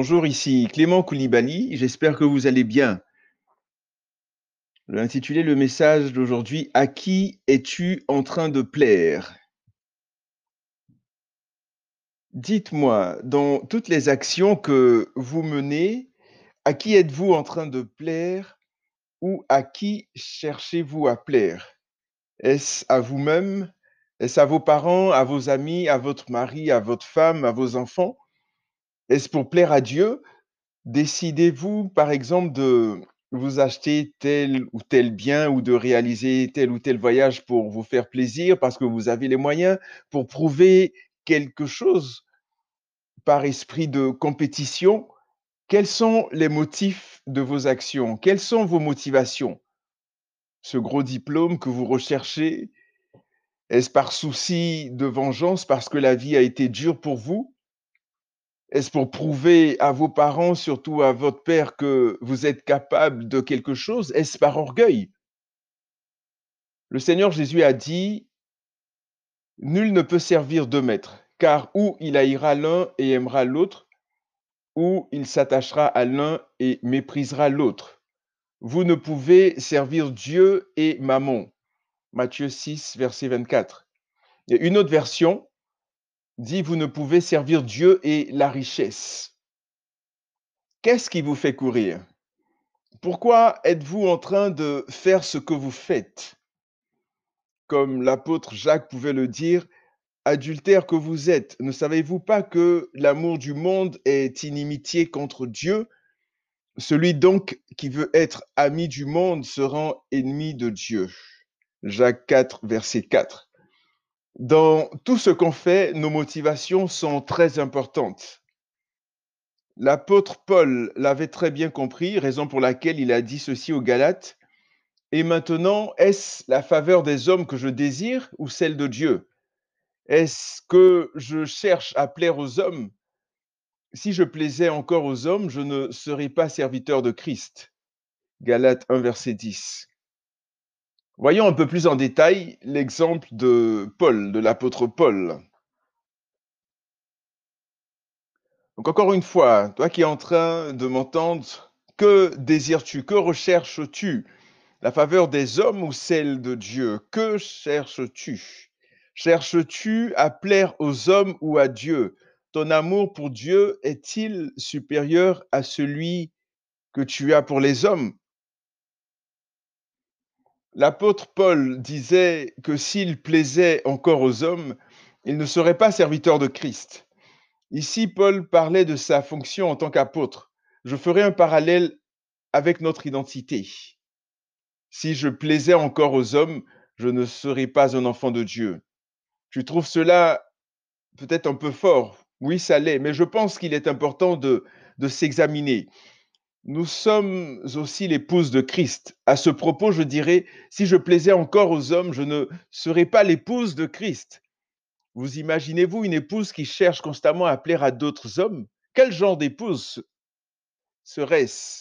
Bonjour, ici Clément Koulibaly, j'espère que vous allez bien. Je vais intituler le message d'aujourd'hui: À qui es-tu en train de plaire? Dites-moi, dans toutes les actions que vous menez, à qui êtes-vous en train de plaire ou à qui cherchez-vous à plaire? Est-ce à vous-même? Est-ce à vos parents, à vos amis, à votre mari, à votre femme, à vos enfants? Est-ce pour plaire à Dieu? Décidez-vous, par exemple, de vous acheter tel ou tel bien ou de réaliser tel ou tel voyage pour vous faire plaisir parce que vous avez les moyens, pour prouver quelque chose par esprit de compétition? Quels sont les motifs de vos actions? Quelles sont vos motivations? Ce gros diplôme que vous recherchez, est-ce par souci de vengeance parce que la vie a été dure pour vous? Est-ce pour prouver à vos parents, surtout à votre père, que vous êtes capable de quelque chose? Est-ce par orgueil? Le Seigneur Jésus a dit: «Nul ne peut servir 2 maîtres, car ou il haïra l'un et aimera l'autre, ou il s'attachera à l'un et méprisera l'autre. Vous ne pouvez servir Dieu et Mammon». Matthieu 6, verset 24. Et une autre version dit: «Vous ne pouvez servir Dieu et la richesse». Qu'est-ce qui vous fait courir? Pourquoi êtes-vous en train de faire ce que vous faites? Comme l'apôtre Jacques pouvait le dire: «Adultères que vous êtes, ne savez-vous pas que l'amour du monde est inimitié contre Dieu? Celui donc qui veut être ami du monde se rend ennemi de Dieu». Jacques 4, verset 4. Dans tout ce qu'on fait, nos motivations sont très importantes. L'apôtre Paul l'avait très bien compris, raison pour laquelle il a dit ceci aux Galates: «Et maintenant, est-ce la faveur des hommes que je désire ou celle de Dieu? Est-ce que je cherche à plaire aux hommes? Si je plaisais encore aux hommes, je ne serais pas serviteur de Christ». Galates 1, verset 10. Voyons un peu plus en détail l'exemple de Paul, de l'apôtre Paul. Donc encore une fois, toi qui es en train de m'entendre, que désires-tu? Que recherches-tu? La faveur des hommes ou celle de Dieu? Que cherches-tu? Cherches-tu à plaire aux hommes ou à Dieu? Ton amour pour Dieu est-il supérieur à celui que tu as pour les hommes? L'apôtre Paul disait que s'il plaisait encore aux hommes, il ne serait pas serviteur de Christ. Ici, Paul parlait de sa fonction en tant qu'apôtre. Je ferai un parallèle avec notre identité. Si je plaisais encore aux hommes, je ne serais pas un enfant de Dieu. Tu trouves cela peut-être un peu fort? Oui, ça l'est, mais je pense qu'il est important de s'examiner. Nous sommes aussi l'épouse de Christ. À ce propos, je dirais, si je plaisais encore aux hommes, je ne serais pas l'épouse de Christ. Vous imaginez-vous une épouse qui cherche constamment à plaire à d'autres hommes? Quel genre d'épouse serait-ce?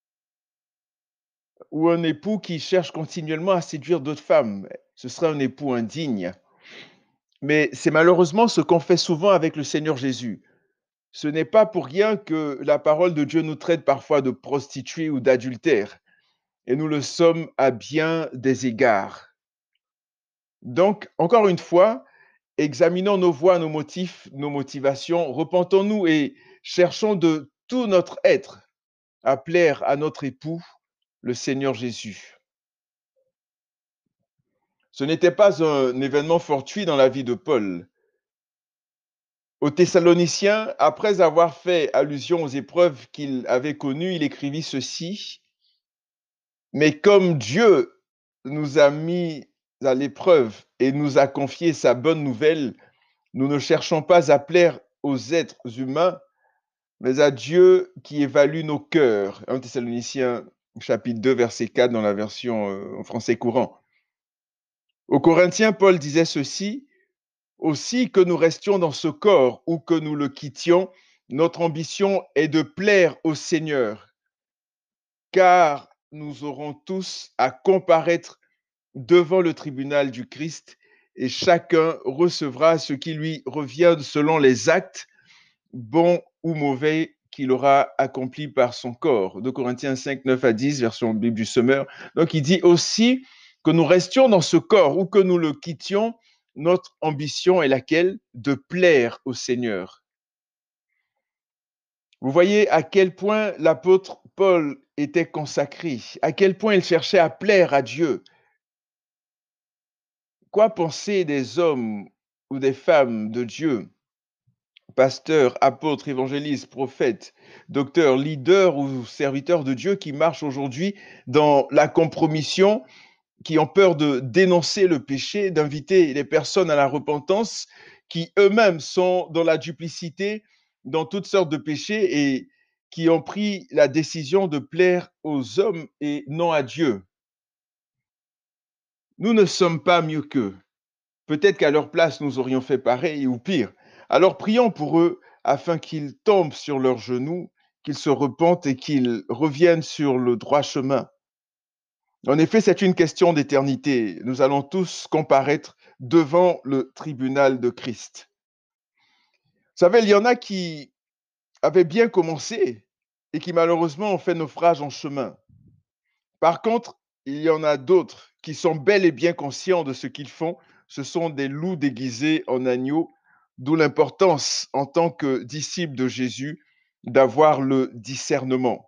Ou un époux qui cherche continuellement à séduire d'autres femmes? Ce serait un époux indigne. Mais c'est malheureusement ce qu'on fait souvent avec le Seigneur Jésus. Ce n'est pas pour rien que la parole de Dieu nous traite parfois de prostituées ou d'adultères, et nous le sommes à bien des égards. Donc, encore une fois, examinons nos voies, nos motifs, nos motivations, repentons-nous et cherchons de tout notre être à plaire à notre époux, le Seigneur Jésus. Ce n'était pas un événement fortuit dans la vie de Paul. Aux Thessaloniciens, après avoir fait allusion aux épreuves qu'il avait connues, il écrivit ceci: «Mais comme Dieu nous a mis à l'épreuve et nous a confié sa bonne nouvelle, nous ne cherchons pas à plaire aux êtres humains, mais à Dieu qui évalue nos cœurs». 1 Thessaloniciens chapitre 2, verset 4 dans la version en français courant. Aux Corinthiens, Paul disait ceci: «Aussi que nous restions dans ce corps ou que nous le quittions, notre ambition est de plaire au Seigneur, car nous aurons tous à comparaître devant le tribunal du Christ, et chacun recevra ce qui lui revient selon les actes, bons ou mauvais, qu'il aura accompli par son corps. 2 Corinthiens 5, 9 à 10, version Bible du Semeur. Donc il dit aussi que nous restions dans ce corps ou que nous le quittions, notre ambition est laquelle? De plaire au Seigneur. Vous voyez à quel point l'apôtre Paul était consacré, à quel point il cherchait à plaire à Dieu. Quoi penser des hommes ou des femmes de Dieu, pasteurs, apôtres, évangélistes, prophètes, docteurs, leaders ou serviteurs de Dieu qui marchent aujourd'hui dans la compromission, qui ont peur de dénoncer le péché, d'inviter les personnes à la repentance, qui eux-mêmes sont dans la duplicité, dans toutes sortes de péchés et qui ont pris la décision de plaire aux hommes et non à Dieu. Nous ne sommes pas mieux qu'eux. Peut-être qu'à leur place, nous aurions fait pareil ou pire. Alors prions pour eux afin qu'ils tombent sur leurs genoux, qu'ils se repentent et qu'ils reviennent sur le droit chemin. En effet, c'est une question d'éternité. Nous allons tous comparaître devant le tribunal de Christ. Vous savez, il y en a qui avaient bien commencé et qui malheureusement ont fait naufrage en chemin. Par contre, il y en a d'autres qui sont bel et bien conscients de ce qu'ils font. Ce sont des loups déguisés en agneaux, d'où l'importance en tant que disciples de Jésus d'avoir le discernement.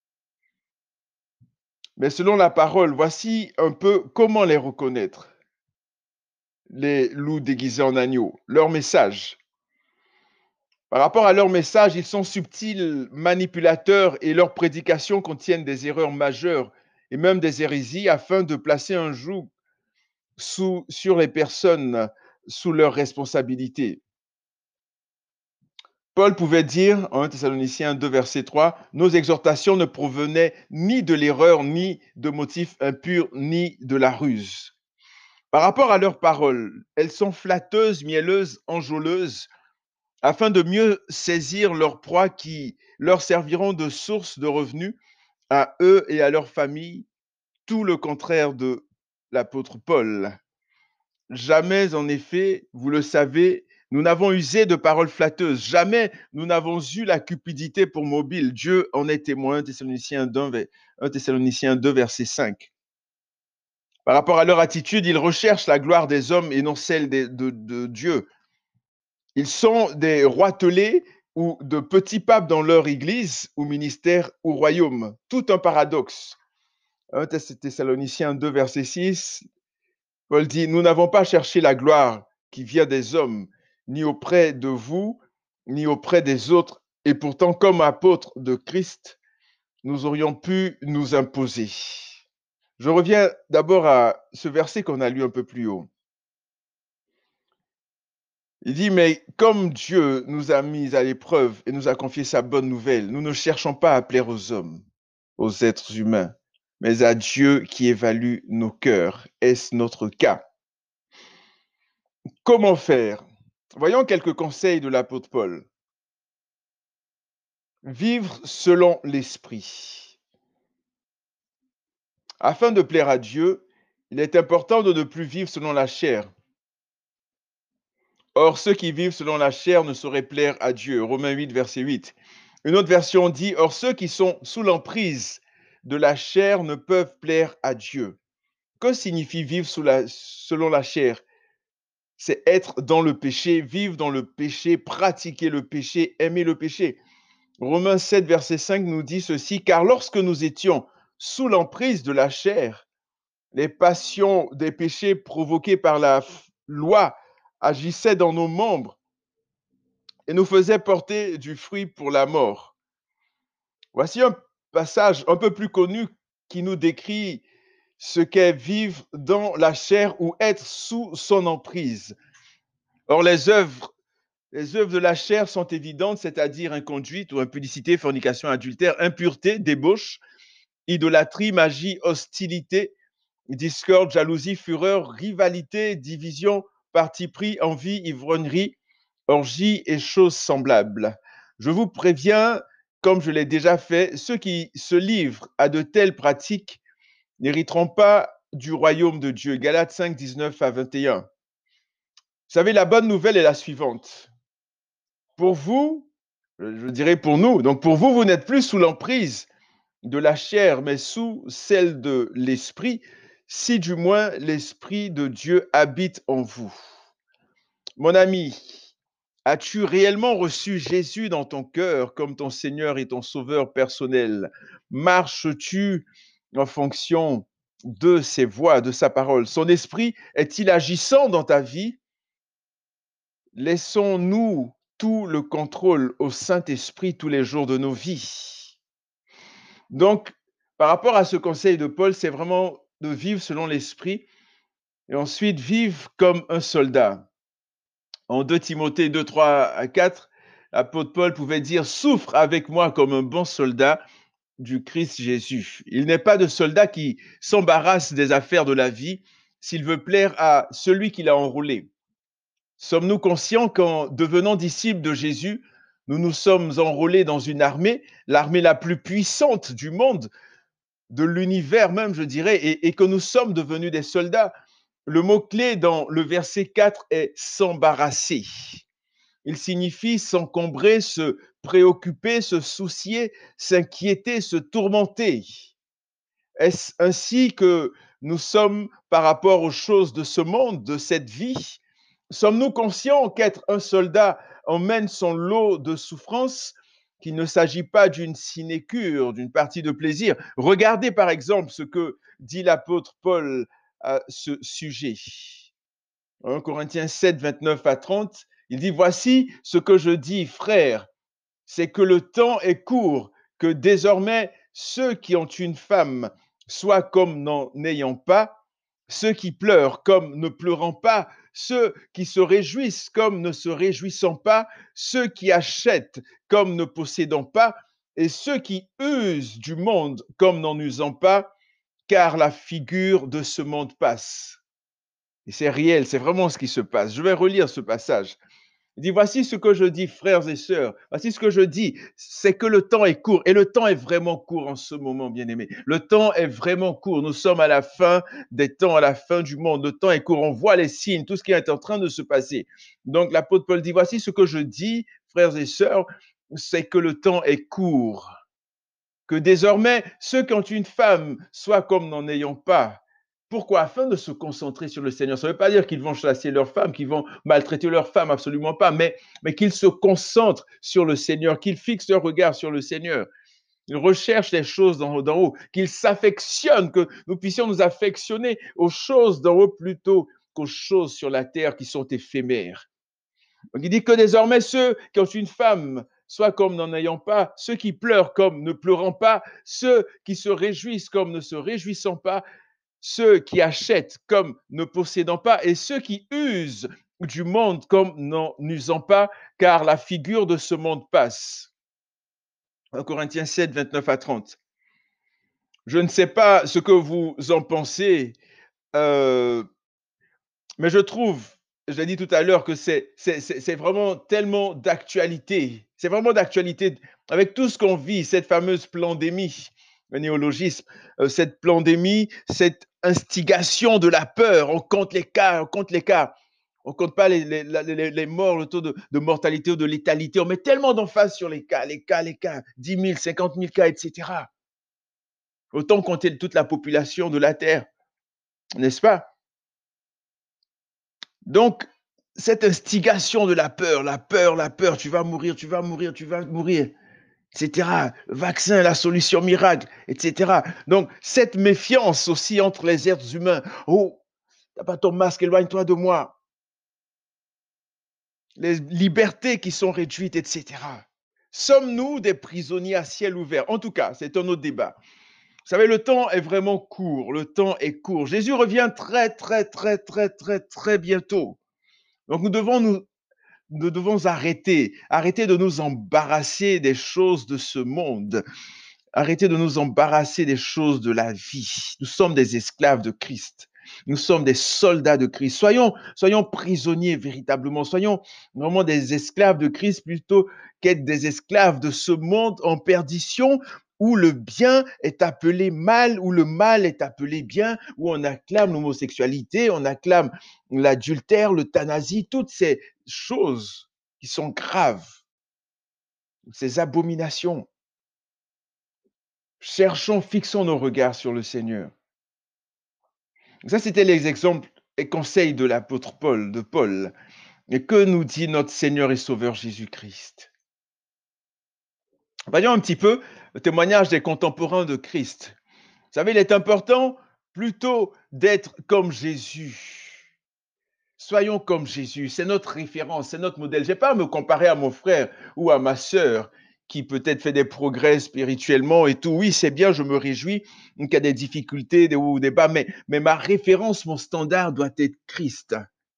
Mais selon la parole, voici un peu comment les reconnaître, les loups déguisés en agneaux, leur message. Par rapport à leur message, ils sont subtils, manipulateurs et leurs prédications contiennent des erreurs majeures et même des hérésies afin de placer un joug sur les personnes sous leur responsabilité. Paul pouvait dire, en 1 Thessaloniciens 2, verset 3, nos exhortations ne provenaient ni de l'erreur, ni de motifs impurs, ni de la ruse. Par rapport à leurs paroles, elles sont flatteuses, mielleuses, enjôleuses, afin de mieux saisir leurs proies qui leur serviront de source de revenus à eux et à leur famille, tout le contraire de l'apôtre Paul. Jamais, en effet, vous le savez, nous n'avons usé de paroles flatteuses. Jamais nous n'avons eu la cupidité pour mobile. Dieu en est témoin, 1 Thessaloniciens 2, verset 5. Par rapport à leur attitude, ils recherchent la gloire des hommes et non celle de Dieu. Ils sont des roitelets ou de petits papes dans leur église ou ministère ou royaume. Tout un paradoxe. 1 Thessaloniciens 2, verset 6, Paul dit, nous n'avons pas cherché la gloire qui vient des hommes, ni auprès de vous, ni auprès des autres, et pourtant, comme apôtres de Christ, nous aurions pu nous imposer. Je reviens d'abord à ce verset qu'on a lu un peu plus haut. Il dit, mais comme Dieu nous a mis à l'épreuve et nous a confié sa bonne nouvelle, nous ne cherchons pas à plaire aux hommes, aux êtres humains, mais à Dieu qui évalue nos cœurs. Est-ce notre cas? Comment faire? Voyons quelques conseils de l'apôtre Paul. Vivre selon l'esprit. Afin de plaire à Dieu, il est important de ne plus vivre selon la chair. Or, ceux qui vivent selon la chair ne sauraient plaire à Dieu. Romains 8, verset 8. Une autre version dit, or ceux qui sont sous l'emprise de la chair ne peuvent plaire à Dieu. Que signifie vivre selon la chair? C'est être dans le péché, vivre dans le péché, pratiquer le péché, aimer le péché. Romains 7, verset 5 nous dit ceci, car lorsque nous étions sous l'emprise de la chair, les passions des péchés provoqués par la loi agissaient dans nos membres et nous faisaient porter du fruit pour la mort. Voici un passage un peu plus connu qui nous décrit ce qu'est vivre dans la chair ou être sous son emprise. Or, les œuvres de la chair sont évidentes, c'est-à-dire inconduite ou impudicité, fornication, adultère, impureté, débauche, idolâtrie, magie, hostilité, discorde, jalousie, fureur, rivalité, division, parti pris, envie, ivrognerie, orgie et choses semblables. Je vous préviens, comme je l'ai déjà fait, ceux qui se livrent à de telles pratiques n'hériteront pas du royaume de Dieu. Galates 5, 19 à 21. Vous savez, la bonne nouvelle est la suivante. Pour vous, je dirais pour nous. Donc pour vous, vous n'êtes plus sous l'emprise de la chair, mais sous celle de l'esprit, si du moins l'esprit de Dieu habite en vous. Mon ami, as-tu réellement reçu Jésus dans ton cœur comme ton Seigneur et ton Sauveur personnel? Marches-tu en fonction de ses voies, de sa parole? Son esprit est-il agissant dans ta vie? Laissons-nous tout le contrôle au Saint-Esprit tous les jours de nos vies. Donc, par rapport à ce conseil de Paul, c'est vraiment de vivre selon l'Esprit et ensuite vivre comme un soldat. En 2 Timothée 2, 3 à 4, l'apôtre Paul pouvait dire: «Souffre avec moi comme un bon soldat du Christ Jésus». Il n'est pas de soldat qui s'embarrasse des affaires de la vie s'il veut plaire à celui qui l'a enrôlé. Sommes-nous conscients qu'en devenant disciples de Jésus, nous nous sommes enrôlés dans une armée, l'armée la plus puissante du monde, de l'univers même, je dirais, et que nous sommes devenus des soldats? Le mot-clé dans le verset 4 est s'embarrasser. Il signifie s'encombrer, se préoccuper, se soucier, s'inquiéter, se tourmenter. Est-ce ainsi que nous sommes par rapport aux choses de ce monde, de cette vie? Sommes-nous conscients qu'être un soldat emmène son lot de souffrances, qu'il ne s'agit pas d'une sinécure, d'une partie de plaisir? Regardez par exemple ce que dit l'apôtre Paul à ce sujet. 1 Corinthiens 7, 29 à 30, il dit: «Voici ce que je dis, frères, c'est que le temps est court, que désormais ceux qui ont une femme soient comme n'en ayant pas, ceux qui pleurent comme ne pleurant pas, ceux qui se réjouissent comme ne se réjouissant pas, ceux qui achètent comme ne possédant pas, et ceux qui usent du monde comme n'en usant pas, car la figure de ce monde passe.» Et c'est réel, c'est vraiment ce qui se passe. Je vais relire ce passage. Il dit: «Voici ce que je dis, frères et sœurs, voici ce que je dis, c'est que le temps est court», et le temps est vraiment court en ce moment, bien-aimés. Le temps est vraiment court. Nous sommes à la fin des temps, à la fin du monde. Le temps est court. On voit les signes, tout ce qui est en train de se passer. Donc l'apôtre Paul dit: «Voici ce que je dis, frères et sœurs, c'est que le temps est court, que désormais ceux qui ont une femme soient comme n'en ayant pas.» Pourquoi? Afin de se concentrer sur le Seigneur. Ça ne veut pas dire qu'ils vont chasser leurs femmes, qu'ils vont maltraiter leurs femmes, absolument pas, mais qu'ils se concentrent sur le Seigneur, qu'ils fixent leur regard sur le Seigneur. Ils recherchent les choses d'en haut, qu'ils s'affectionnent, que nous puissions nous affectionner aux choses d'en haut plutôt qu'aux choses sur la terre qui sont éphémères. Donc il dit que désormais ceux qui ont une femme soient comme n'en ayant pas, ceux qui pleurent comme ne pleurant pas, ceux qui se réjouissent comme ne se réjouissant pas, ceux qui achètent comme ne possédant pas, et ceux qui usent du monde comme n'en usant pas, car la figure de ce monde passe. 1 Corinthiens 7, 29 à 30. Je ne sais pas ce que vous en pensez, euh, mais je trouve, je l'ai dit tout à l'heure, que c'est vraiment tellement d'actualité. C'est vraiment d'actualité avec tout ce qu'on vit, cette fameuse pandémie, le néologisme, cette pandémie, cette instigation de la peur. On compte les cas, on compte les cas. On ne compte pas les morts, le taux de mortalité ou de létalité. On met tellement d'emphase sur les cas, les cas, les cas, 10 000, 50 000 cas, etc. Autant compter toute la population de la Terre, n'est-ce pas? Donc, cette instigation de la peur, la peur, la peur, tu vas mourir, tu vas mourir, tu vas mourir, etc. Vaccin, la solution miracle, etc. Donc, cette méfiance aussi entre les êtres humains. Oh, t'as pas ton masque, éloigne-toi de moi. Les libertés qui sont réduites, etc. Sommes-nous des prisonniers à ciel ouvert? En tout cas, c'est un autre débat. Vous savez, le temps est vraiment court. Le temps est court. Jésus revient très, très, très, très, très, très bientôt. Donc, nous devons arrêter de nous embarrasser des choses de ce monde, arrêter de nous embarrasser des choses de la vie. Nous sommes des esclaves de Christ. Nous sommes des soldats de Christ. Soyons prisonniers véritablement. Soyons vraiment des esclaves de Christ plutôt qu'être des esclaves de ce monde en perdition où le bien est appelé mal, où le mal est appelé bien, où on acclame l'homosexualité, on acclame l'adultère, l'euthanasie, toutes ces choses qui sont graves. ces abominations. Cherchons, fixons nos regards sur le Seigneur. Ça, c'était les exemples et conseils de l'apôtre Paul, de Paul. Et que nous dit notre Seigneur et Sauveur Jésus-Christ? Voyons un petit peu le témoignage des contemporains de Christ. Vous savez, il est important plutôt d'être comme Jésus. Soyons comme Jésus, c'est notre référence, c'est notre modèle. Je n'ai pas à me comparer à mon frère ou à ma sœur qui peut-être fait des progrès spirituellement et tout. Oui, c'est bien, je me réjouis qu'il y a des difficultés, des hauts ou des bas, mais ma référence, mon standard doit être Christ.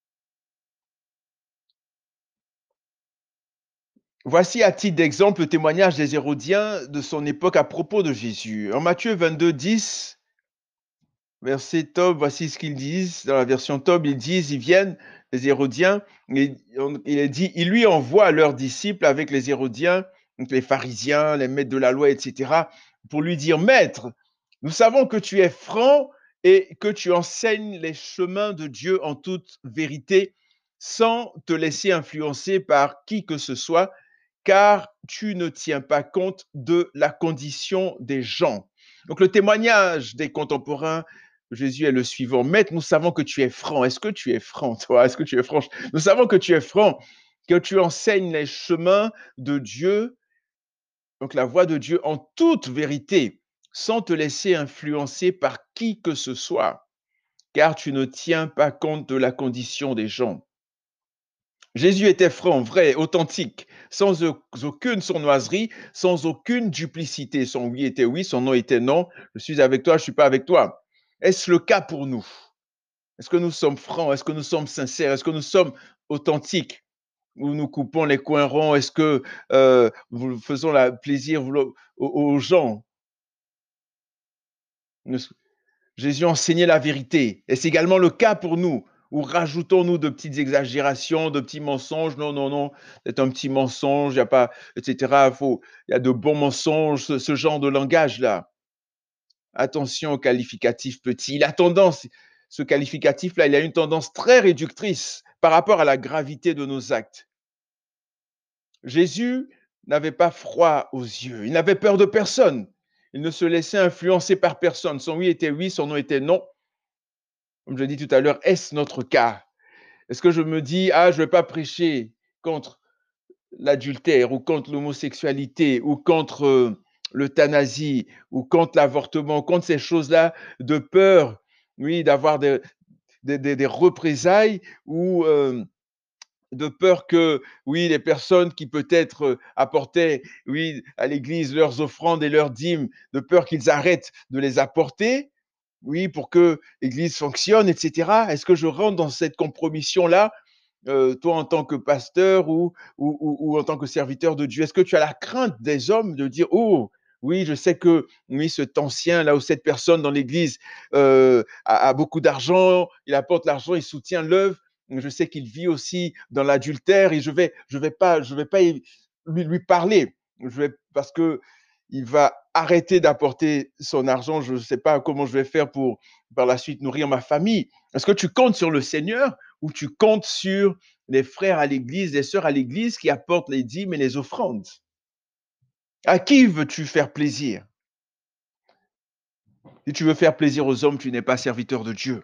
Voici à titre d'exemple le témoignage des Hérodiens de son époque à propos de Jésus. En Matthieu 22, 10, verset Tob, voici ce qu'ils disent. Dans la version Tob, ils disent, ils viennent, les Hérodiens, et il est dit, ils lui envoient leurs disciples avec les Hérodiens, donc les pharisiens, les maîtres de la loi, etc., pour lui dire, Maître, nous savons que tu es franc et que tu enseignes les chemins de Dieu en toute vérité, sans te laisser influencer par qui que ce soit, car tu ne tiens pas compte de la condition des gens. Donc le témoignage des contemporains Jésus est le suivant. Maître, nous savons que tu es franc. Est-ce que tu es franc, toi? Est-ce que tu es franche? Nous savons que tu es franc, que tu enseignes les chemins de Dieu, donc la voie de Dieu en toute vérité, sans te laisser influencer par qui que ce soit, car tu ne tiens pas compte de la condition des gens. Jésus était franc, vrai, authentique, sans aucune sournoiserie, sans aucune duplicité. Son oui était oui, son non était non. Je suis avec toi, je ne suis pas avec toi. Est-ce le cas pour nous? Est-ce que nous sommes francs? Est-ce que nous sommes sincères? Est-ce que nous sommes authentiques? Ou nous coupons les coins ronds? Est-ce que nous faisons plaisir aux gens? Jésus enseignait la vérité. Et c'est également le cas pour nous. Ou rajoutons-nous de petites exagérations, de petits mensonges? Non, non, non, c'est un petit mensonge, il n'y a pas, etc. Il y a de bons mensonges, ce genre de langage-là. Attention au qualificatif petit. Il a tendance, ce qualificatif-là, il a une tendance très réductrice par rapport à la gravité de nos actes. Jésus n'avait pas froid aux yeux, il n'avait peur de personne, il ne se laissait influencer par personne. Son oui était oui, son non était non. Comme je l'ai dit tout à l'heure, est-ce notre cas? Est-ce que je me dis, ah, je ne vais pas prêcher contre l'adultère ou contre l'homosexualité ou contre l'euthanasie ou contre l'avortement, contre ces choses-là, de peur, oui, d'avoir des représailles ou de peur que, oui, les personnes qui peut-être apportaient, oui, à l'église leurs offrandes et leurs dîmes, de peur qu'ils arrêtent de les apporter, oui, pour que l'église fonctionne, etc. Est-ce que je rentre dans cette compromission-là, toi en tant que pasteur ou en tant que serviteur de Dieu? Est-ce que tu as la crainte des hommes de dire, oh, oui, je sais que oui, cet ancien là ou cette personne dans l'église a beaucoup d'argent, il apporte l'argent, il soutient l'œuvre. Je sais qu'il vit aussi dans l'adultère et je vais pas lui parler. Parce que il va arrêter d'apporter son argent. Je ne sais pas comment je vais faire pour par la suite nourrir ma famille. Est-ce que tu comptes sur le Seigneur ou tu comptes sur les frères à l'église, les sœurs à l'église qui apportent les dîmes et les offrandes? À qui veux-tu faire plaisir? Si tu veux faire plaisir aux hommes, tu n'es pas serviteur de Dieu.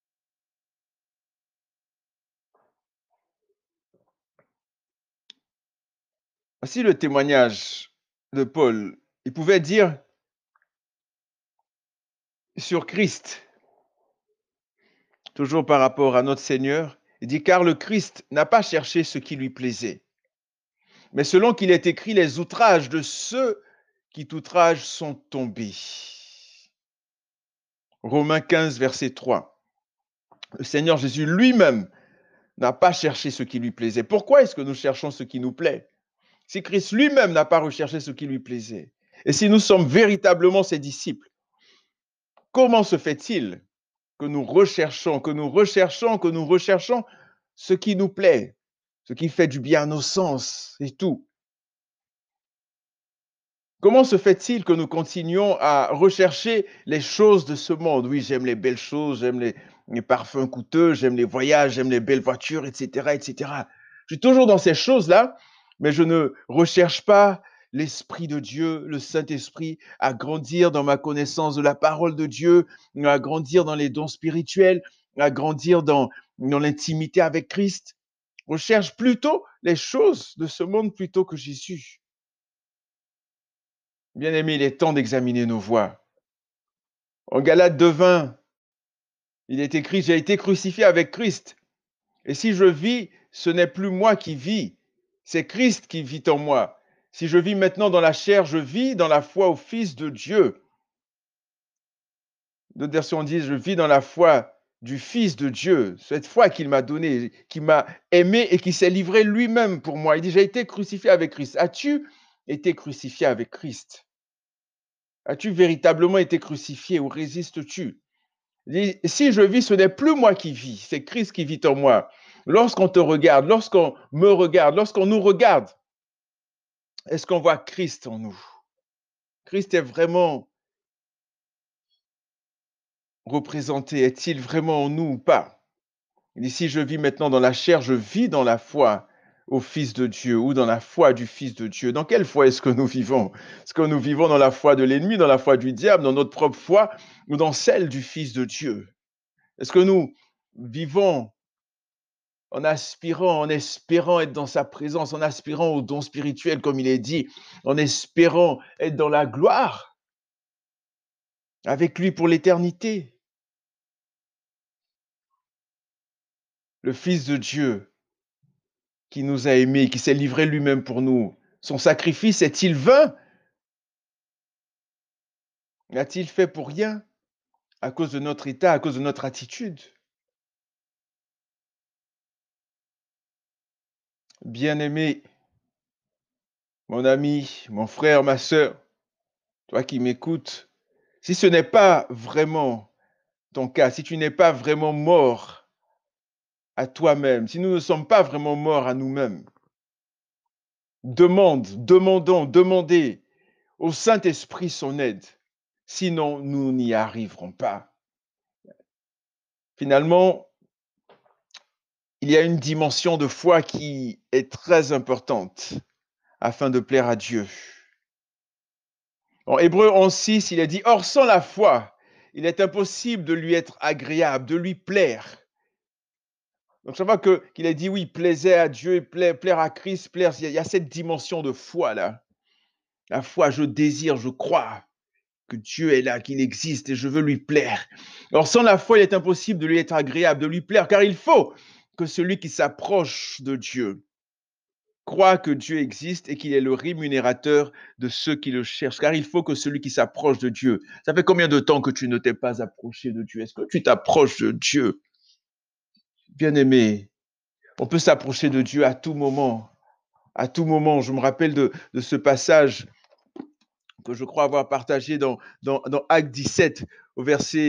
Voici le témoignage de Paul. Il pouvait dire sur Christ, toujours par rapport à notre Seigneur, il dit, car le Christ n'a pas cherché ce qui lui plaisait, mais selon qu'il est écrit, les outrages de ceux qui t'outragent sont tombés. Romains 15, verset 3. Le Seigneur Jésus lui-même n'a pas cherché ce qui lui plaisait. Pourquoi est-ce que nous cherchons ce qui nous plaît? Si Christ lui-même n'a pas recherché ce qui lui plaisait, et si nous sommes véritablement ses disciples, comment se fait-il que nous recherchons, que nous recherchons, que nous recherchons ce qui nous plaît, ce qui fait du bien à nos sens et tout? Comment se fait-il que nous continuons à rechercher les choses de ce monde? Oui, j'aime les belles choses, j'aime les parfums coûteux, j'aime les voyages, j'aime les belles voitures, etc., etc. Je suis toujours dans ces choses-là, mais je ne recherche pas l'Esprit de Dieu, le Saint-Esprit, à grandir dans ma connaissance de la parole de Dieu, à grandir dans les dons spirituels, à grandir dans l'intimité avec Christ. On cherche plutôt les choses de ce monde plutôt que Jésus. Bien-aimés, il est temps d'examiner nos voies. En Galates 2:20, il est écrit: j'ai été crucifié avec Christ. Et si je vis, ce n'est plus moi qui vis, c'est Christ qui vit en moi. Si je vis maintenant dans la chair, je vis dans la foi au Fils de Dieu. D'autres versions disent: je vis dans la foi du Fils de Dieu, cette foi qu'il m'a donnée, qui m'a aimé et qui s'est livré lui-même pour moi. Il dit: j'ai été crucifié avec Christ. As-tu été crucifié avec Christ? As-tu véritablement été crucifié ou résistes-tu? Il dit: si je vis, ce n'est plus moi qui vis, c'est Christ qui vit en moi. Lorsqu'on te regarde, lorsqu'on me regarde, lorsqu'on nous regarde, est-ce qu'on voit Christ en nous? Christ est vraiment représenté, est-il vraiment en nous ou pas? Il dit: si je vis maintenant dans la chair, je vis dans la foi au Fils de Dieu ou dans la foi du Fils de Dieu. Dans quelle foi est-ce que nous vivons? Est-ce que nous vivons dans la foi de l'ennemi, dans la foi du diable, dans notre propre foi ou dans celle du Fils de Dieu? Est-ce que nous vivons en espérant être dans sa présence, en aspirant aux dons spirituels, comme il est dit, en espérant être dans la gloire avec lui pour l'éternité? Le Fils de Dieu qui nous a aimés, qui s'est livré lui-même pour nous, son sacrifice est-il vain? L'a-t-il fait pour rien à cause de notre état, à cause de notre attitude? Bien-aimé, mon ami, mon frère, ma sœur, toi qui m'écoutes, si ce n'est pas vraiment ton cas, si tu n'es pas vraiment mort à toi-même, si nous ne sommes pas vraiment morts à nous-mêmes, demandez au Saint-Esprit son aide. Sinon, nous n'y arriverons pas. Finalement, il y a une dimension de foi qui est très importante afin de plaire à Dieu. En Hébreux 11:6, il est dit: or, sans la foi, il est impossible de lui être agréable, de lui plaire. Donc, ça va qu'il a dit oui, plaisait à Dieu, plaire à Christ, plaire. Il y a cette dimension de foi là. La foi, je désire, je crois que Dieu est là, qu'il existe et je veux lui plaire. Alors, sans la foi, il est impossible de lui être agréable, de lui plaire, car il faut que celui qui s'approche de Dieu croit que Dieu existe et qu'il est le rémunérateur de ceux qui le cherchent. Car il faut que celui qui s'approche de Dieu. Ça fait combien de temps que tu ne t'es pas approché de Dieu? Est-ce que tu t'approches de Dieu? Bien-aimé, on peut s'approcher de Dieu à tout moment. À tout moment. Je me rappelle de ce passage que je crois avoir partagé dans Acte 17, au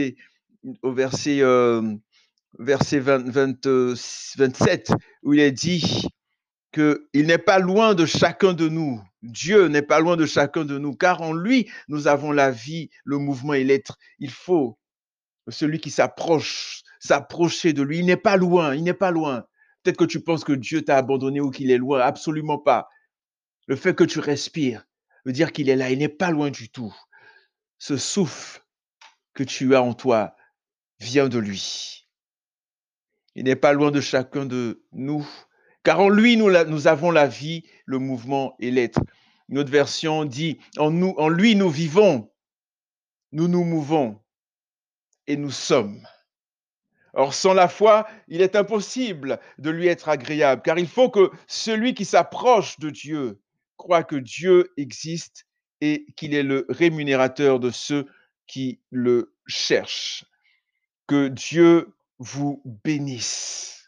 verset 27, où il est dit qu'il n'est pas loin de chacun de nous. Dieu n'est pas loin de chacun de nous, car en lui, nous avons la vie, le mouvement et l'être. Il faut que celui qui s'approcher de lui. Il n'est pas loin, il n'est pas loin. Peut-être que tu penses que Dieu t'a abandonné ou qu'il est loin. Absolument pas. Le fait que tu respires veut dire qu'il est là. Il n'est pas loin du tout. Ce souffle que tu as en toi vient de lui. Il n'est pas loin de chacun de nous, car en lui, nous avons la vie, le mouvement et l'être. Une autre version dit, en lui, nous vivons, nous nous mouvons et nous sommes. Or, sans la foi, il est impossible de lui être agréable, car il faut que celui qui s'approche de Dieu croit que Dieu existe et qu'il est le rémunérateur de ceux qui le cherchent. Que Dieu vous bénisse.